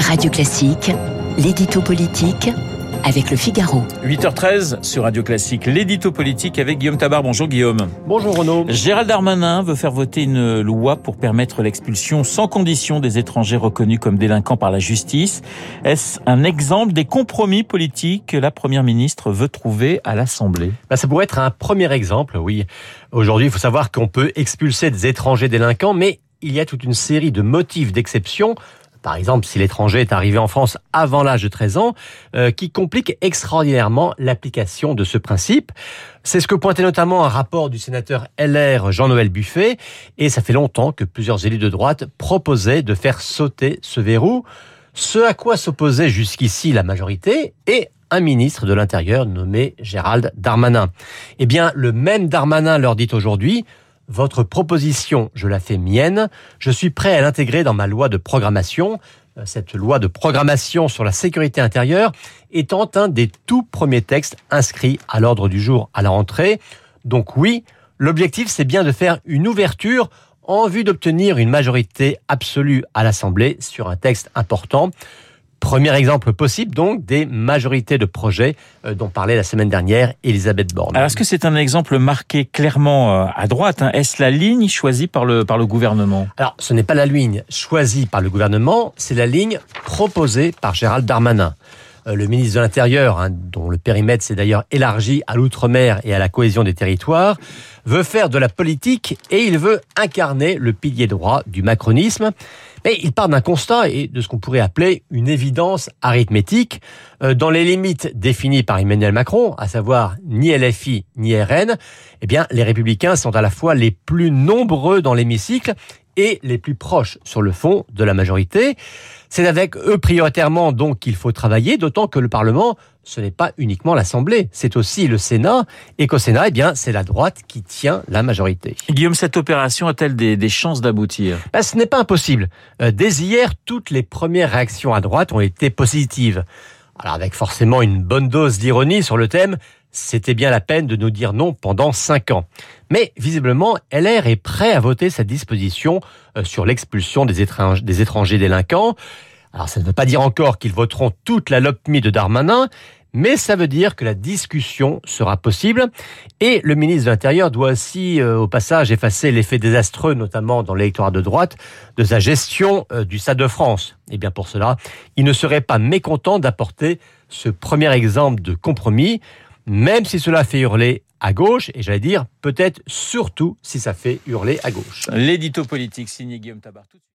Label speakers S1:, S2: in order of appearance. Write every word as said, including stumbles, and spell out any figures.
S1: Radio Classique, l'édito politique avec Le Figaro.
S2: huit heures treize sur Radio Classique, l'édito politique avec Guillaume Tabar. Bonjour Guillaume.
S3: Bonjour Renaud.
S2: Gérald Darmanin veut faire voter une loi pour permettre l'expulsion sans condition des étrangers reconnus comme délinquants par la justice. Est-ce un exemple des compromis politiques que la Première ministre veut trouver à l'Assemblée ?
S3: Ben, ça pourrait être un premier exemple, oui. Aujourd'hui, il faut savoir qu'on peut expulser des étrangers délinquants, mais il y a toute une série de motifs d'exception. Par exemple, si l'étranger est arrivé en France avant l'âge de treize ans, euh, qui complique extraordinairement l'application de ce principe. C'est ce que pointait notamment un rapport du sénateur L R Jean-Noël Buffet, et ça fait longtemps que plusieurs élus de droite proposaient de faire sauter ce verrou, ce à quoi s'opposait jusqu'ici la majorité et un ministre de l'Intérieur nommé Gérald Darmanin. Eh bien, le même Darmanin leur dit aujourd'hui: votre proposition, je la fais mienne. Je suis prêt à l'intégrer dans ma loi de programmation. Cette loi de programmation sur la sécurité intérieure étant un des tout premiers textes inscrits à l'ordre du jour à la rentrée. Donc oui, l'objectif, c'est bien de faire une ouverture en vue d'obtenir une majorité absolue à l'Assemblée sur un texte important. Premier exemple possible, donc, des majorités de projets euh, dont parlait la semaine dernière Elisabeth Borne.
S2: Alors, est-ce que c'est un exemple marqué clairement euh, à droite, hein ? Est-ce la ligne choisie par le, par le gouvernement ?
S3: Alors, ce n'est pas la ligne choisie par le gouvernement, c'est la ligne proposée par Gérald Darmanin. Euh, le ministre de l'Intérieur, hein, dont le périmètre s'est d'ailleurs élargi à l'outre-mer et à la cohésion des territoires, veut faire de la politique et il veut incarner le pilier droit du macronisme. Mais il part d'un constat et de ce qu'on pourrait appeler une évidence arithmétique. Euh, dans les limites définies par Emmanuel Macron, à savoir ni L F I ni R N, eh bien, les Républicains sont à la fois les plus nombreux dans l'hémicycle et les plus proches sur le fond de la majorité. C'est avec eux prioritairement donc qu'il faut travailler, d'autant que le Parlement, ce n'est pas uniquement l'Assemblée, c'est aussi le Sénat, et qu'au Sénat, eh bien, c'est la droite qui tient la majorité.
S2: Guillaume, cette opération a-t-elle des, des chances d'aboutir ?
S3: Ben, ce n'est pas impossible. Euh, dès hier, toutes les premières réactions à droite ont été positives. Alors avec forcément une bonne dose d'ironie sur le thème, c'était bien la peine de nous dire non pendant cinq ans. Mais visiblement, L R est prêt à voter cette disposition sur l'expulsion des étrangers, des étrangers délinquants. Alors ça ne veut pas dire encore qu'ils voteront toute la Lopmi de Darmanin, mais ça veut dire que la discussion sera possible. Et le ministre de l'Intérieur doit aussi, euh, au passage, effacer l'effet désastreux, notamment dans l'électorat de droite, de sa gestion euh, du Stade de France. Et bien pour cela, il ne serait pas mécontent d'apporter ce premier exemple de compromis, même si cela fait hurler à gauche, et j'allais dire peut-être surtout si ça fait hurler à gauche.
S2: L'édito politique signé Guillaume Tabar.